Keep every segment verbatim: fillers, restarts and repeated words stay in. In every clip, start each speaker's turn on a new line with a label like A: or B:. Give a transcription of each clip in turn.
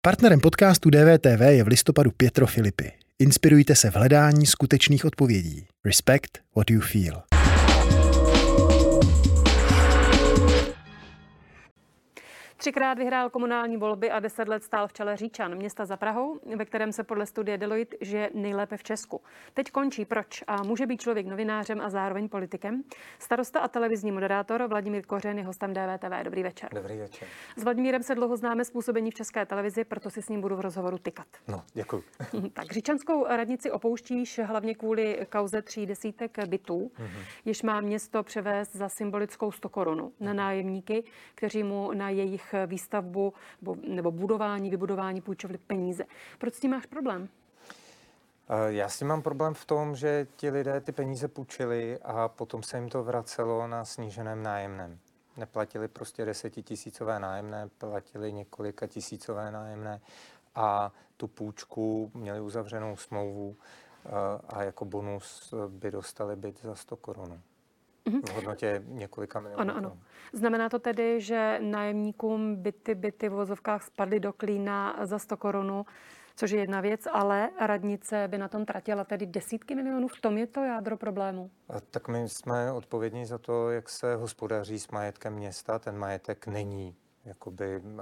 A: Partnerem podcastu D V T V je v listopadu Pietro Filippi. Inspirujte se v hledání skutečných odpovědí. Respect what you feel.
B: Třikrát vyhrál komunální volby a deset let stál v čele Říčan, města za Prahou, ve kterém se podle studie Deloitte žije nejlépe v Česku. Teď končí proč a může být člověk novinářem a zároveň politikem. Starosta a televizní moderátor Vladimír Kořen je hostem D V T V. Dobrý večer.
C: Dobrý večer.
B: S Vladimírem se dlouho známe z působení v České televizi, proto si s ním budu v rozhovoru tykat.
C: No, děkuji.
B: Tak Říčanskou radnici opouštíš hlavně kvůli kauze tří desítek bytů, mm-hmm. jež má město převést za symbolickou sto korun na nájemníky, kteří mu na jejich výstavbu nebo budování, vybudování půjčovali peníze. Proč s tím máš problém?
C: Já s tím mám problém v tom, že ti lidé ty peníze půjčili a potom se jim to vracelo na sníženém nájemném. Neplatili prostě desetitisícové nájemné, platili několika tisícové nájemné a tu půjčku měli uzavřenou smlouvu a jako bonus by dostali byt za sto korun. V hodnotě několika milionů.
B: Ano, ano. Znamená to tedy, že nájemníkům byty, byty v vozovkách spadly do klína za sto korun, což je jedna věc, ale radnice by na tom tratila tedy desítky milionů. V tom je to jádro problému.
C: A tak my jsme odpovědní za to, jak se hospodaří s majetkem města. Ten majetek není jakoby uh,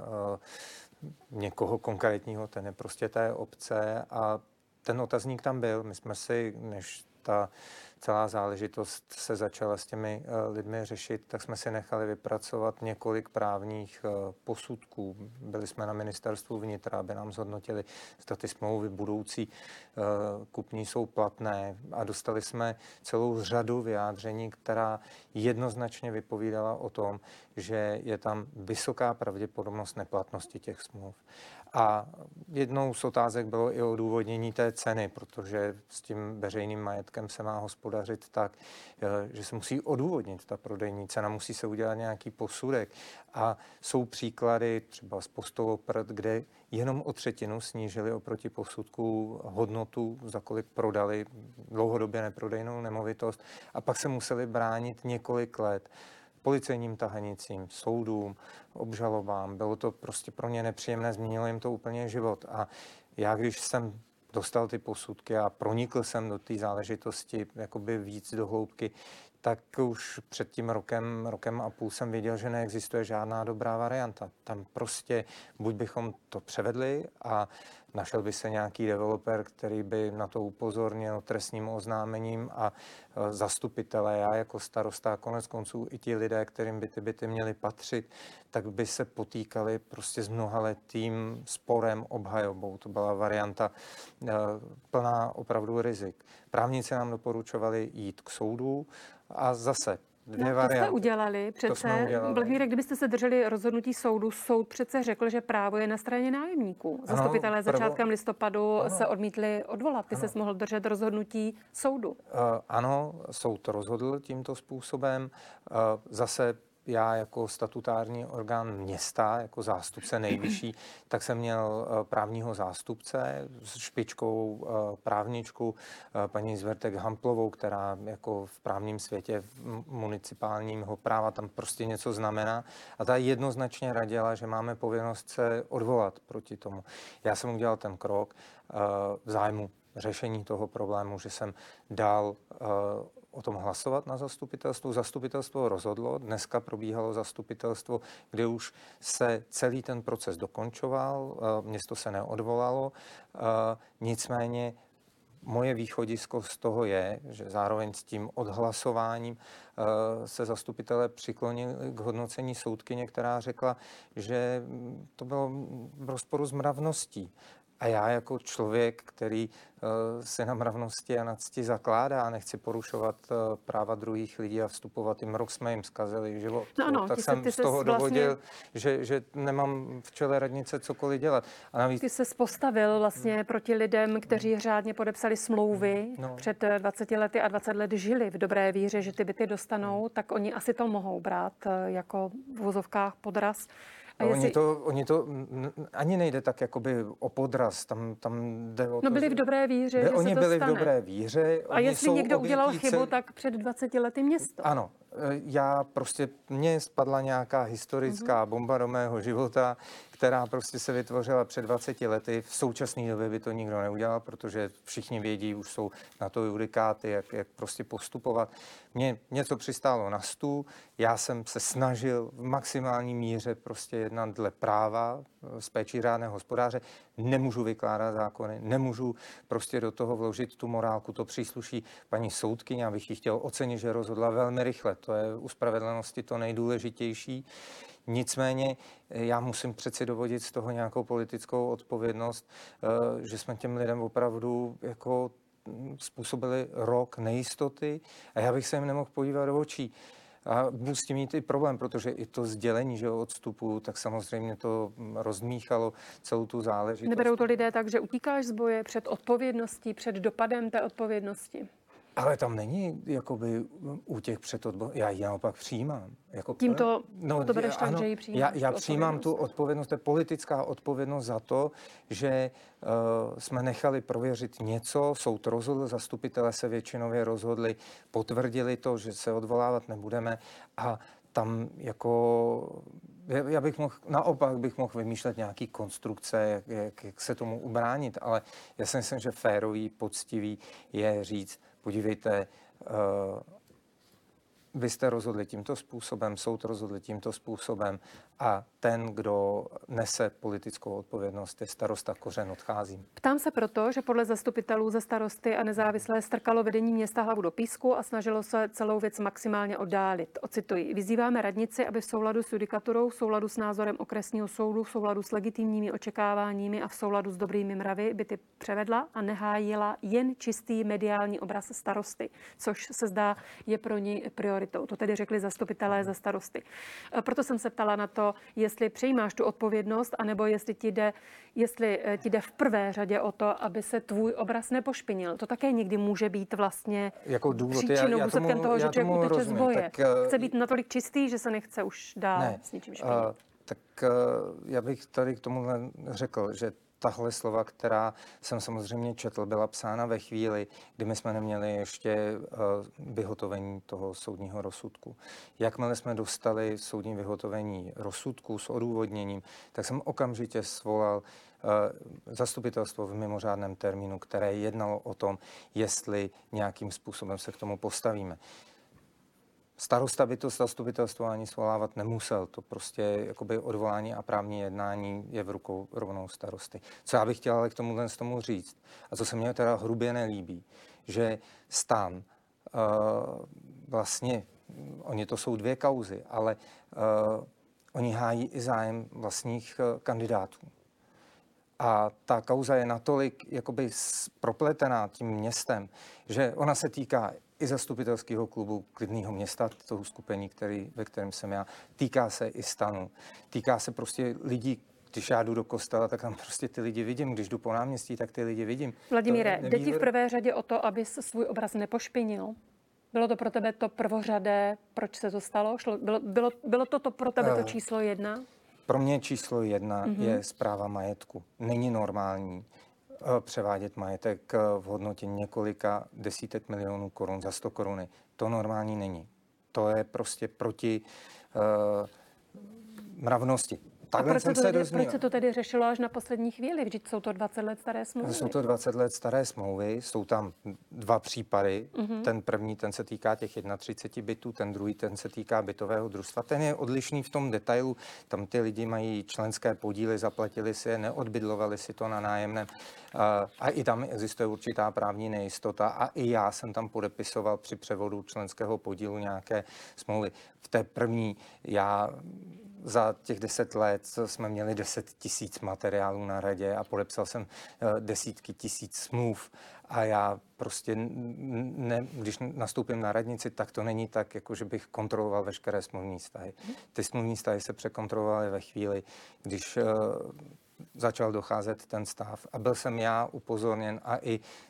C: někoho konkrétního, ten je prostě té obce a ten otazník tam byl. My jsme si, než ta celá záležitost se začala s těmi uh, lidmi řešit, tak jsme si nechali vypracovat několik právních uh, posudků. Byli jsme na ministerstvu vnitra, aby nám zhodnotili, zda ty smlouvy budoucí uh, kupní jsou platné a dostali jsme celou řadu vyjádření, která jednoznačně vypovídala o tom, že je tam vysoká pravděpodobnost neplatnosti těch smluv. A jednou z otázek bylo i odůvodnění té ceny, protože s tím veřejným majetkem se má hospodařit tak, že se musí odůvodnit ta prodejní cena, musí se udělat nějaký posudek. A jsou příklady třeba z Postoloprt, kde jenom o třetinu snížili oproti posudku hodnotu, za kolik prodali dlouhodobě neprodejnou nemovitost a pak se museli bránit několik let policejním tahanicím, soudům, obžalobám. Bylo to prostě pro ně nepříjemné, změnilo jim to úplně život. A já, když jsem dostal ty posudky a pronikl jsem do té záležitosti jakoby víc do hloubky, tak už před tím rokem, rokem a půl jsem věděl, že neexistuje žádná dobrá varianta. Tam prostě buď bychom to převedli a našel by se nějaký developer, který by na to upozornil trestním oznámením a zastupitelé, já jako starosta, konec konců i ti lidé, kterým by ty byty měly patřit, tak by se potýkali prostě s mnohaletým sporem, obhajobou. To byla varianta plná opravdu rizik. Právníci nám doporučovali jít k soudu a zase dvě
B: no, to
C: varianty.
B: jste udělali přece. Vladimíre, kdybyste se drželi rozhodnutí soudu, soud přece řekl, že právo je na straně nájemníků. Zastupitelé ano, začátkem prvo... listopadu ano. se odmítli odvolat. Ty ses mohl držet rozhodnutí soudu. Uh,
C: ano, soud rozhodl tímto způsobem. Uh, zase já jako statutární orgán města, jako zástupce nejvyšší, tak jsem měl právního zástupce s špičkou právničku paní Zvertek Hamplovou, která jako v právním světě municipálního práva tam prostě něco znamená. A ta jednoznačně radila, že máme povinnost se odvolat proti tomu. Já jsem udělal ten krok v zájmu řešení toho problému, že jsem dal o tom hlasovat na zastupitelstvu. Zastupitelstvo rozhodlo, dneska probíhalo zastupitelstvo, kde už se celý ten proces dokončoval, město se neodvolalo, nicméně moje východisko z toho je, že zároveň s tím odhlasováním se zastupitelé přiklonili k hodnocení soudkyně, která řekla, že to bylo v rozporu s mravností. A já jako člověk, který uh, se na mravnosti a na cti zakládá a nechci porušovat uh, práva druhých lidí a vstupovat jim, rok jsme jim zkazili život.
B: No ano,
C: tak
B: ty
C: jsem
B: se,
C: z toho vlastně... dovodil, že, že nemám v čele radnice cokoliv dělat. A navíc...
B: Ty se postavil vlastně hmm. proti lidem, kteří řádně podepsali smlouvy no. před dvaceti lety a dvacet let žili v dobré víře, že ty byty dostanou, hmm. tak oni asi to mohou brát jako v vozovkách podraz.
C: A jestli... oni, to, oni to ani nejde tak jakoby o podraz, tam, tam jde o to,
B: no byli v dobré víře,
C: že
B: že
C: oni
B: se to
C: byli
B: stane.
C: v dobré víře.
B: A jestli někdo udělal chybu,
C: cel...
B: tak před dvaceti lety město.
C: Ano, Já prostě, mně spadla nějaká historická bomba do mého života, která prostě se vytvořila před dvaceti lety. V současné době by to nikdo neudělal, protože všichni vědí, už jsou na to judikáty, jak, jak prostě postupovat. Mně něco přistálo na stůl, já jsem se snažil v maximální míře prostě jednat dle práva, z péčí řádného hospodáře. Nemůžu vykládat zákony, nemůžu prostě do toho vložit tu morálku, to přísluší paní soudkyni, abych ji chtěl ocenit, že rozhodla velmi rychle. To je u spravedlnosti to nejdůležitější. Nicméně já musím přeci dovodit z toho nějakou politickou odpovědnost, že jsme těm lidem opravdu jako způsobili rok nejistoty a já bych se jim nemohl podívat do očí. A budu s tím mít i problém, protože i to sdělení, že odstupu, tak samozřejmě to rozmíchalo celou tu záležitost.
B: Neberou to lidé tak, že utíkáš z boje před odpovědností, před dopadem té odpovědnosti?
C: Ale tam není jakoby u těch předodbo... Já ji naopak přijímám. Jako,
B: Tímto no, to bereš tak,
C: ano,
B: že ji přijímáš?
C: Já, já přijímám tu odpovědnost, to je politická odpovědnost za to, že uh, jsme nechali prověřit něco, soud rozhodl, zastupitelé se většinově rozhodli, potvrdili to, že se odvolávat nebudeme a tam jako... Já bych mohl, naopak bych mohl vymýšlet nějaký konstrukce, jak, jak, jak se tomu ubránit, ale já si myslím, že férový, poctivý je říct, podívejte, uh, vy jste rozhodli tímto způsobem, soud rozhodli tímto způsobem a ten, kdo nese politickou odpovědnost, je starosta Kořen, odcházím.
B: Ptám se proto, že podle zastupitelů ze Starosty a nezávislé strkalo vedení města hlavu do písku a snažilo se celou věc maximálně oddálit. Ocituji. Vyzýváme radnici, aby v souladu s judikaturou, v souladu s názorem okresního soudu, v souladu s legitimními očekáváními a v souladu s dobrými mravy byty převedla a nehájila jen čistý mediální obraz starosty, což se zdá je pro ní prioritou. To tedy řekli zastupitelé za Starosty. Proto jsem se ptala na to, jestli přijímáš tu odpovědnost, anebo jestli ti jde, jestli ti jde v prvé řadě o to, aby se tvůj obraz nepošpinil. To také někdy může být vlastně
C: jako důvod,
B: příčinou,
C: já, já
B: důsledkem
C: tomu,
B: toho, že člověk uteče
C: rozumím,
B: z boje.
C: tak,
B: Chce být natolik čistý, že se nechce už dál
C: ne,
B: s ničím špinit.
C: Uh, tak uh, já bych tady k tomu řekl, že tahle slova, která jsem samozřejmě četl, byla psána ve chvíli, kdy my jsme neměli ještě uh, vyhotovení toho soudního rozsudku. Jakmile jsme dostali soudní vyhotovení rozsudku s odůvodněním, tak jsem okamžitě svolal uh, zastupitelstvo v mimořádném termínu, které jednalo o tom, jestli nějakým způsobem se k tomu postavíme. Starosta by to zastupitelstvo ani svolávat nemusel. To prostě jakoby odvolání a právní jednání je v rukou rovnou starosty. Co já bych chtěl ale k tomuhle z tomu říct, a co se mně teda hrubě nelíbí, že stan uh, vlastně, oni to jsou dvě kauzy, ale uh, oni hájí i zájem vlastních uh, kandidátů. A ta kauza je natolik jakoby propletená tím městem, že ona se týká i zastupitelského klubu Klidného města, toho skupení, který, ve kterém jsem já, týká se i stanu. Týká se prostě lidí, když já jdu do kostela, tak tam prostě ty lidi vidím. Když jdu po náměstí, tak ty lidi vidím.
B: Vladimíre, jde ti v prvé řadě o to, abys svůj obraz nepošpinil? Bylo to pro tebe to prvořadé, proč se to stalo? Šlo, bylo, bylo, bylo to, to pro tebe to číslo jedna?
C: Pro mě číslo jedna
B: mm-hmm.
C: je správa majetku. Není normální převádět majetek v hodnotě několika desítek milionů korun za sto koruny. To normální není. To je prostě proti uh, mravnosti.
B: A proč se, to tedy, proč se to tedy řešilo až na poslední chvíli? Vždyť jsou to dvacet let staré smlouvy.
C: Jsou to dvacet let staré smlouvy, jsou tam dva případy. Mm-hmm. Ten první, ten se týká těch třicet jedna bytů, ten druhý, ten se týká bytového družstva. Ten je odlišný v tom detailu. Tam ty lidi mají členské podíly, zaplatili si je, neodbydlovali si to na nájemném. A i tam existuje určitá právní nejistota. A i já jsem tam podepisoval při převodu členského podílu nějaké smlouvy. V té první já... Za těch deset let jsme měli deset tisíc materiálů na radě a podepsal jsem desítky tisíc smluv. A já prostě, ne, když nastoupím na radnici, tak to není tak, jako že bych kontroloval veškeré smluvní vztahy. Ty smluvní vztahy se překontrolovaly ve chvíli, když uh, začal docházet ten stav. A byl jsem já upozorněn a i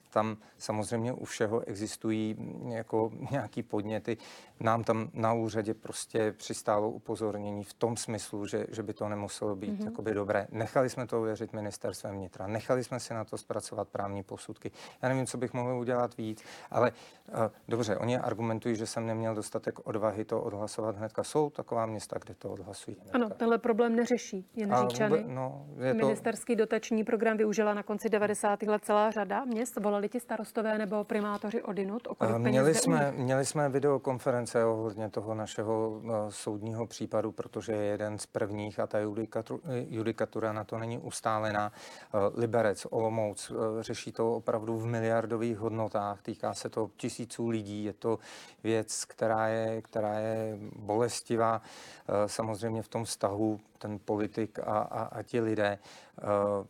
C: tam samozřejmě u všeho existují jako nějaký podněty. Nám tam na úřadě prostě přistálo upozornění v tom smyslu, že, že by to nemuselo být mm-hmm. jakoby dobré. Nechali jsme to ověřit ministerstvem vnitra, nechali jsme si na to zpracovat právní posudky. Já nevím, co bych mohl udělat víc, ale uh, dobře, oni argumentují, že jsem neměl dostatek odvahy to odhlasovat hnedka. Jsou taková města, kde to odhlasují hnedka.
B: Ano, tenhle problém neřeší jen Říčany.
C: No, je
B: Ministerský
C: to...
B: dotační program využila na konci devadesátých let celá řada měst. Volali ti starostové nebo primátoři odinut? O kolik peněz
C: měli,
B: jde
C: jsme,
B: u nich?
C: měli jsme videokonference ohledně toho našeho uh, soudního případu, protože je jeden z prvních a ta judikatu, judikatura na to není ustálená. Uh, Liberec, Olomouc, uh, řeší to opravdu v miliardových hodnotách, týká se to tisíců lidí, je to věc, která je, která je bolestivá. Uh, samozřejmě v tom vztahu ten politik a, a, a ti lidé. Uh,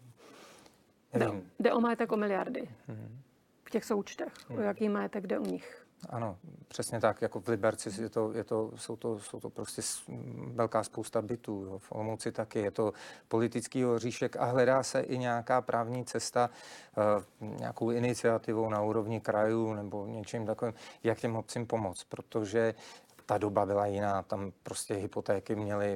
B: Jde, jde o majetek o miliardy
C: hmm.
B: v těch součtech. Hmm. O jaký majetek jde u nich?
C: Ano, přesně tak, jako v Liberci je to, je to, jsou, to, jsou to prostě velká spousta bytů, jo. V Olomouci taky, je to politický oříšek a hledá se i nějaká právní cesta, uh, nějakou iniciativou na úrovni krajů nebo něčím takovým, jak těm obcím pomoct, protože ta doba byla jiná, tam prostě hypotéky měly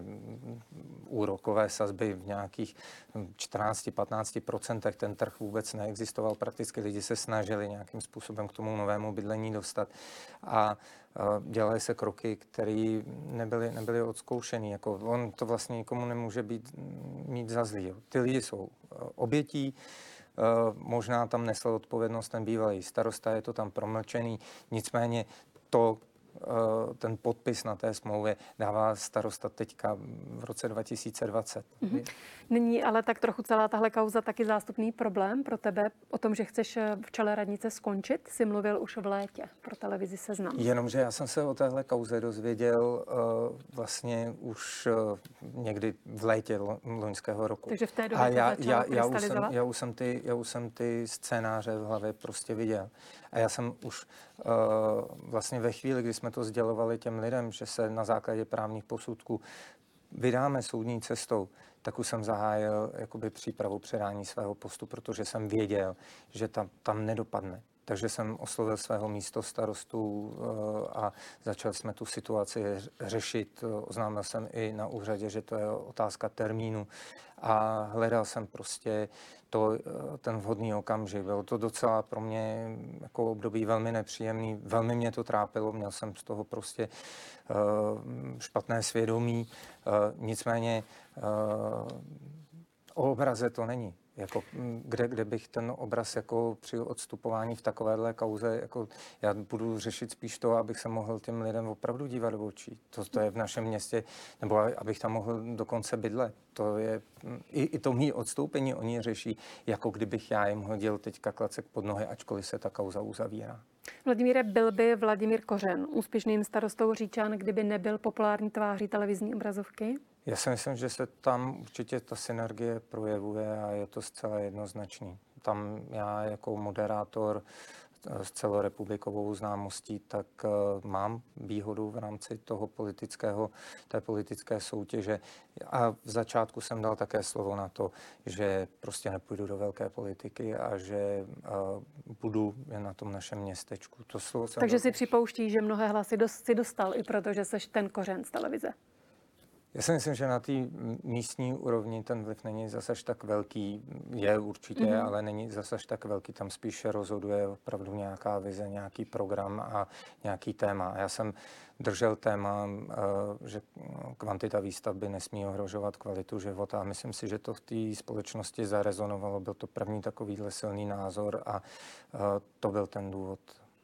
C: úrokové sazby v nějakých čtrnáct až patnáct procentech, ten trh vůbec neexistoval, prakticky lidi se snažili nějakým způsobem k tomu novému bydlení dostat a dělaly se kroky, které nebyly, nebyly odzkoušený. Jako on to vlastně nikomu nemůže být, mít za zlý. Jo. Ty lidi jsou obětí, možná tam nesl odpovědnost ten bývalý starosta, je to tam promlčený, nicméně to, ten podpis na té smlouvě dává starosta teďka v roce dva tisíce dvacet.
B: Mm-hmm. Není ale tak trochu celá tahle kauza taky zástupný problém pro tebe o tom, že chceš v čele radnice skončit? Jsi mluvil už v létě pro televizi Seznam.
C: Jenomže já jsem se o téhle kauze dozvěděl uh, vlastně už uh, někdy v létě lo, loňského roku.
B: Takže v té době
C: A já,
B: to
C: já, já, už
B: krystalizovat?
C: jsem, já, už jsem ty, já už jsem ty scénáře v hlavě prostě viděl. A já jsem už uh, vlastně ve chvíli, kdy jsme to sdělovali těm lidem, že se na základě právních posudků vydáme soudní cestou, tak už jsem zahájil jakoby přípravu předání svého postu, protože jsem věděl, že tam, tam nedopadne. Takže jsem oslovil svého místostarostu a začal jsme tu situaci řešit. Oznámil jsem i na úřadě, že to je otázka termínu a hledal jsem prostě to, ten vhodný okamžik. Bylo to docela pro mě jako období velmi nepříjemný, velmi mě to trápilo, měl jsem z toho prostě špatné svědomí, nicméně o obraze to není. Jako, kde, kde bych ten obraz jako při odstupování v takovéhle kauze, jako já budu řešit spíš to, abych se mohl těm lidem opravdu dívat do očí. To, to je v našem městě, nebo abych tam mohl dokonce bydlet. To je, i, i to mý odstoupení oni řeší, jako kdybych já jim hodil teďka klacek pod nohy, ačkoliv se ta kauza uzavírá.
B: Vladimíre, byl by Vladimír Kořen úspěšným starostou Říčan, kdyby nebyl populární tváří televizní obrazovky?
C: Já si myslím, že se tam určitě ta synergie projevuje a je to zcela jednoznačný. Tam já jako moderátor s celorepublikovou známostí, tak uh, mám výhodu v rámci toho politického, té politické soutěže. A v začátku jsem dal také slovo na to, že prostě nepůjdu do velké politiky a že uh, budu jen na tom našem městečku. To slovo jsem
B: Takže
C: dal...
B: si připouští, že mnohé hlasy dost, si dostal i proto, že seš ten Kořen z televize.
C: Já si myslím, že na té místní úrovni ten vliv není zase tak velký, je určitě, mm-hmm. ale není zase tak velký, tam spíše rozhoduje opravdu nějaká vize, nějaký program a nějaký téma. Já jsem držel téma, že kvantita výstavby nesmí ohrožovat kvalitu života a myslím si, že to v té společnosti zarezonovalo. Byl to první takovýhle silný názor a to byl ten důvod.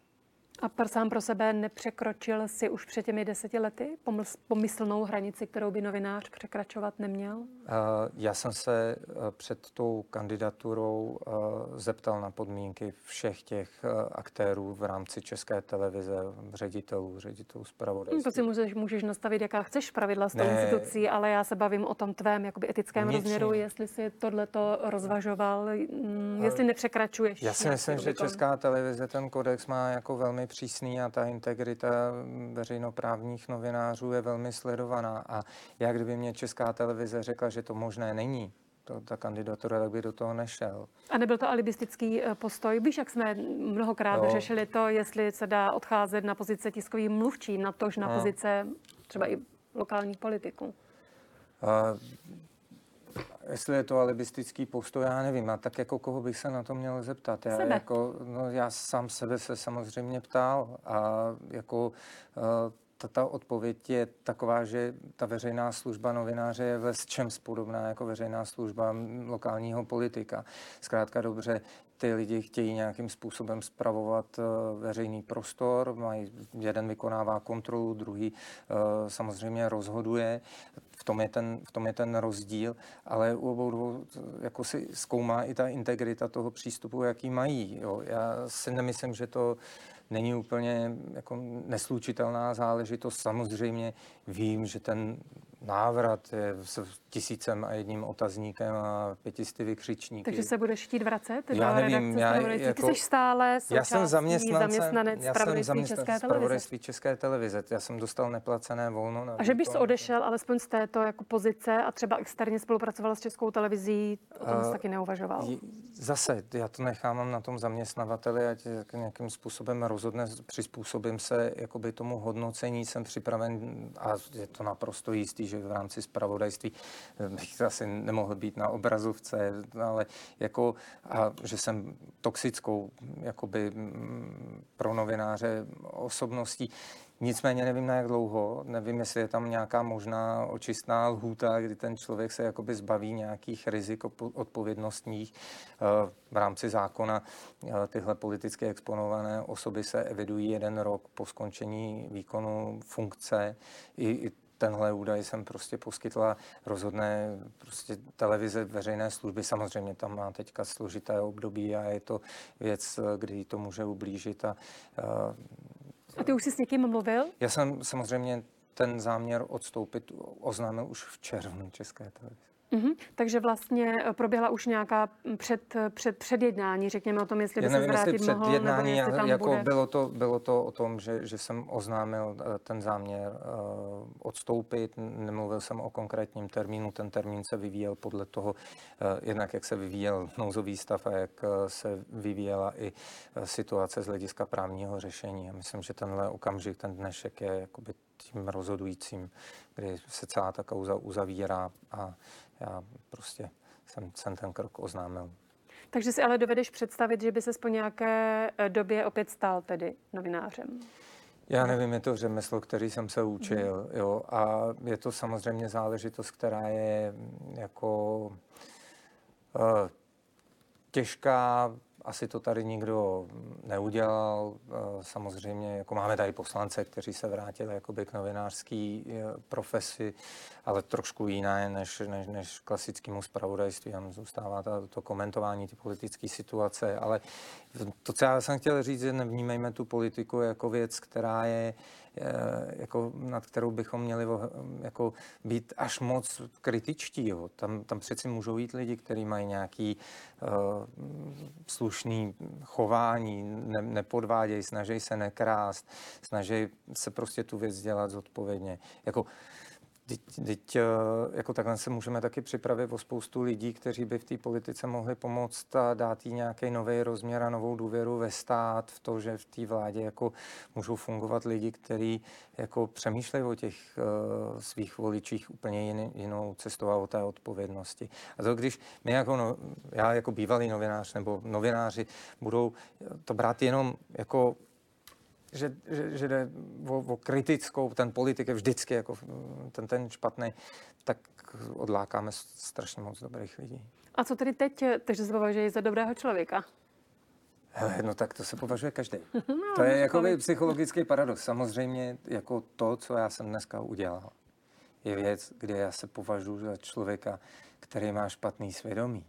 B: A sám pro sebe nepřekročil si už před těmi deseti lety pomyslnou hranici, kterou by novinář překračovat neměl?
C: Já jsem se před tou kandidaturou zeptal na podmínky všech těch aktérů v rámci České televize, ředitelů, ředitelů zpravodajství.
B: To si můžeš, můžeš nastavit, jaká chceš pravidla s tou ne, institucí, ale já se bavím o tom tvém jakoby etickém vnitřní rozměru, jestli si tohleto rozvažoval, jestli nepřekračuješ.
C: Já si myslím, že Česká televize ten kodex má jako velmi přísný a ta integrita veřejnoprávních novinářů je velmi sledovaná. A já, kdyby mě Česká televize řekla, že to možné není, ta, ta kandidatura, tak by do toho nešel.
B: A nebyl to alibistický postoj? Víš, jak jsme mnohokrát
C: no.
B: řešili to, jestli se dá odcházet na pozice tiskový mluvčí, na tož na no. pozice třeba i lokálních politiků?
C: A jestli je to alibistický postoj, já nevím. A tak jako koho bych se na to měl zeptat? Já,
B: sebe.
C: Jako, no, já sám sebe se samozřejmě ptal a jako ta, ta odpověď je taková, že ta veřejná služba novináře je ve čem podobná jako veřejná služba lokálního politika. Zkrátka dobře, ty lidi chtějí nějakým způsobem spravovat veřejný prostor, mají, jeden vykonává kontrolu, druhý samozřejmě rozhoduje. V tom je ten, v tom je ten rozdíl, ale u obou dvou jako si zkoumá i ta integrita toho přístupu, jaký mají. Jo. Já si nemyslím, že to není úplně jako neslučitelná záležitost. Samozřejmě vím, že ten návrat je s tisícem a jedním otazníkem a pětisty vykřičníky.
B: Takže se budeš chtít vracet?
C: Já nevím. Já, jako,
B: Ty jsi stále
C: já jsem
B: zaměstnanec zpravodajství České televize.
C: České televize. Já jsem dostal neplacené volno. Na
B: a že bys odešel alespoň z této jako pozice a třeba externě spolupracoval s Českou televizí, o tom jsi uh, taky neuvažoval?
C: Zase, já to nechám na tom zaměstnavateli, ať nějakým způsobem rozhodne, přizpůsobím se jakoby tomu hodnocení, jsem připraven a je to naprosto jistý, že v rámci zpravodajství bych asi nemohl být na obrazovce, ale jako, a že jsem toxickou jakoby pro novináře osobností. Nicméně nevím, na jak dlouho, nevím, jestli je tam nějaká možná očistná lhůta, kdy ten člověk se jakoby zbaví nějakých rizik odpovědnostních v rámci zákona. Tyhle politicky exponované osoby se evidují jeden rok po skončení výkonu funkce. I, i tenhle údaj jsem prostě poskytla, rozhodné prostě televize veřejné služby. Samozřejmě tam má teďka složité období a je to věc, kdy to může ublížit. A,
B: a ty už jsi s někým mluvil?
C: Já jsem samozřejmě ten záměr odstoupit oznámil už v červnu České televize.
B: Mm-hmm. Takže vlastně proběhla už nějaká před, před, předjednání, řekněme o tom, jestli by se zvrátit mohl, nebo jestli tam
C: jako
B: bude.
C: Bylo to, bylo to o tom, že, že jsem oznámil ten záměr uh, odstoupit, nemluvil jsem o konkrétním termínu, ten termín se vyvíjel podle toho, uh, jednak jak se vyvíjel nouzový stav a jak uh, se vyvíjela i uh, situace z hlediska právního řešení. A myslím, že tenhle okamžik, ten dnešek je jakoby tím rozhodujícím, kdy se celá ta kauza uzavírá a já prostě jsem, jsem ten krok oznámil.
B: Takže si ale dovedeš představit, že by ses po nějaké době opět stal tedy novinářem?
C: Já nevím, je to řemeslo, který jsem se učil, mm. jo, a je to samozřejmě záležitost, která je jako uh, těžká. Asi to tady nikdo neudělal. Samozřejmě, jako máme tady poslance, kteří se vrátili jakoby k novinářské profesi, ale trošku jiné než, než, než klasickému zpravodajství. Tam zůstává to, to komentování ty politické situace. Ale to, co já jsem chtěl říct, že nevnímejme tu politiku jako věc, která je jako, nad kterou bychom měli jako, být až moc kritičtí. Jo. Tam, tam přeci můžou jít lidi, kteří mají nějaký uh, slušný chování, ne, nepodvádějí, snaží se nekrást, snaží se prostě tu věc dělat zodpovědně. Jako, Teď jako takhle se můžeme taky připravit o spoustu lidí, kteří by v té politice mohli pomoct a dát jí nějaký nový rozměr a novou důvěru ve stát, v to, že v té vládě jako můžou fungovat lidi, kteří jako přemýšlejí o těch uh, svých voličích úplně jiný, jinou cestou a o té odpovědnosti. A to když my jako, no, já jako bývalý novinář nebo novináři budou to brát jenom jako Že, že, že jde o, o kritickou, ten politik je vždycky jako ten, ten špatný, tak odlákáme strašně moc dobrých lidí.
B: A co tedy teď, takže se považuji za dobrého člověka?
C: Hele, no tak to se považuje každý. No, to je jako psychologický paradox. Samozřejmě jako to, co já jsem dneska udělal, je věc, kde já se považuji za člověka, který má špatný svědomí.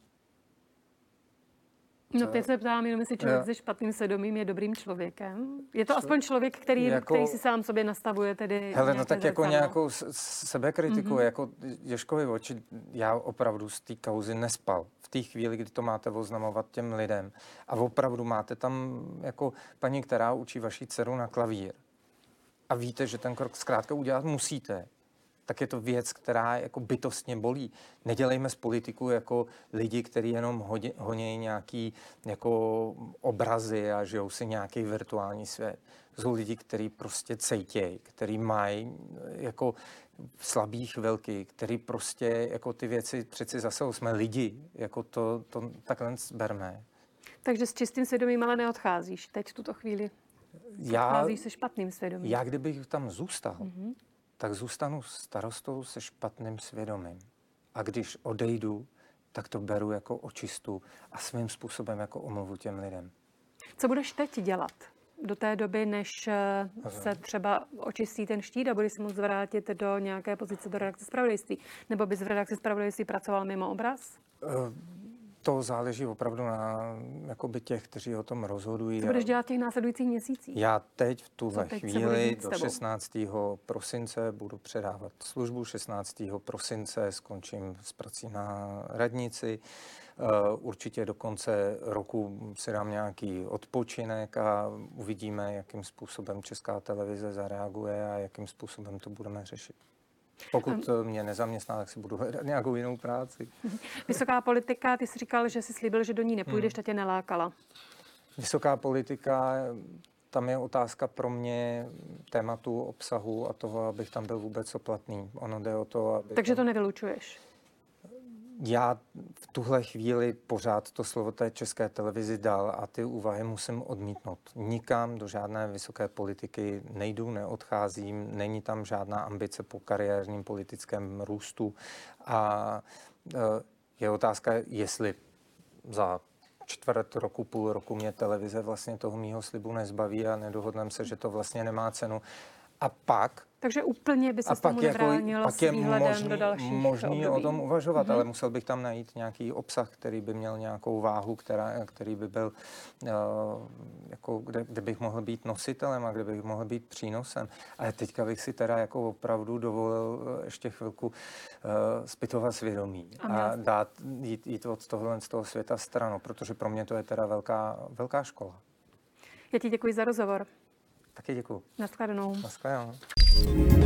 B: No teď se ptám, jenom jestli člověk se špatným svědomím je dobrým člověkem. Je to aspoň člověk, který, jako, který si sám sobě nastavuje tedy
C: hele, no tak jako nějakou sebekritiku, mm-hmm. jako Ježkovi oči, já opravdu z té kauzy nespal. V té chvíli, kdy to máte oznamovat těm lidem a opravdu máte tam jako paní, která učí vaši dceru na klavír a víte, že ten krok zkrátka udělat musíte, tak je to věc, která jako bytostně bolí. Nedělejme z politiků jako lidi, kteří jenom honějí nějaký jako obrazy a žijou si nějaký virtuální svět. To jsou lidi, kteří prostě cejtějí, kteří mají jako slabý chvilky, který prostě jako ty věci přeci zase jsme lidi, jako to, to takhle berme.
B: Takže s čistým svědomím ale neodcházíš teď v tuto chvíli.
C: Já,
B: odcházíš se špatným svědomím.
C: Já kdybych tam zůstal,
B: mm-hmm.
C: tak zůstanu starostou se špatným svědomím. A když odejdu, tak to beru jako očistu a svým způsobem jako omluvu těm lidem.
B: Co budeš teď dělat do té doby, než se třeba očistí ten štít a budeš se moct vrátit do nějaké pozice do redakce zpravodajství? Nebo bys v redakci zpravodajství pracoval mimo obraz?
C: Uh, To záleží opravdu na jakoby těch, kteří o tom rozhodují.
B: Co budeš dělat v těch následujících měsících?
C: Já teď v tuhle
B: teď
C: chvíli do šestnáctého prosince budu předávat službu. šestnáctého prosince skončím s prací na radnici. Určitě do konce roku si dám nějaký odpočinek a uvidíme, jakým způsobem Česká televize zareaguje a jakým způsobem to budeme řešit. Pokud mě nezaměstná, tak si budu hledat nějakou jinou práci.
B: Vysoká politika, ty jsi říkal, že jsi slíbil, že do ní nepůjdeš, hmm. ta tě nelákala.
C: Vysoká politika, tam je otázka pro mě tématu, obsahu a toho, abych tam byl vůbec oplatný. Ono jde o to, aby
B: Takže
C: tam...
B: to nevylučuješ?
C: Já v tuhle chvíli pořád to slovo té České televizi dal a ty úvahy musím odmítnout. Nikam do žádné vysoké politiky nejdu, neodcházím, není tam žádná ambice po kariérním politickém růstu a je otázka, jestli za čtvrt roku, půl roku mě televize vlastně toho mýho slibu nezbaví a nedohodneme se, že to vlastně nemá cenu. A pak...
B: Takže úplně by se tomu nebránilo
C: jako,
B: s výhledem
C: možný,
B: do dalších
C: možný
B: období.
C: o tom uvažovat,
B: mm-hmm.
C: ale musel bych tam najít nějaký obsah, který by měl nějakou váhu, která, který by byl, uh, jako, kde, kde bych mohl být nositelem a kde bych mohl být přínosem. Ale teďka bych si teda jako opravdu dovolil ještě chvilku uh, zpytovat svědomí a, a dát, jít, jít od tohohle z toho světa stranu, protože pro mě to je teda velká, velká škola.
B: Já ti děkuji za rozhovor.
C: Taky děkuji.
B: Naschledanou.
C: Naschledanou.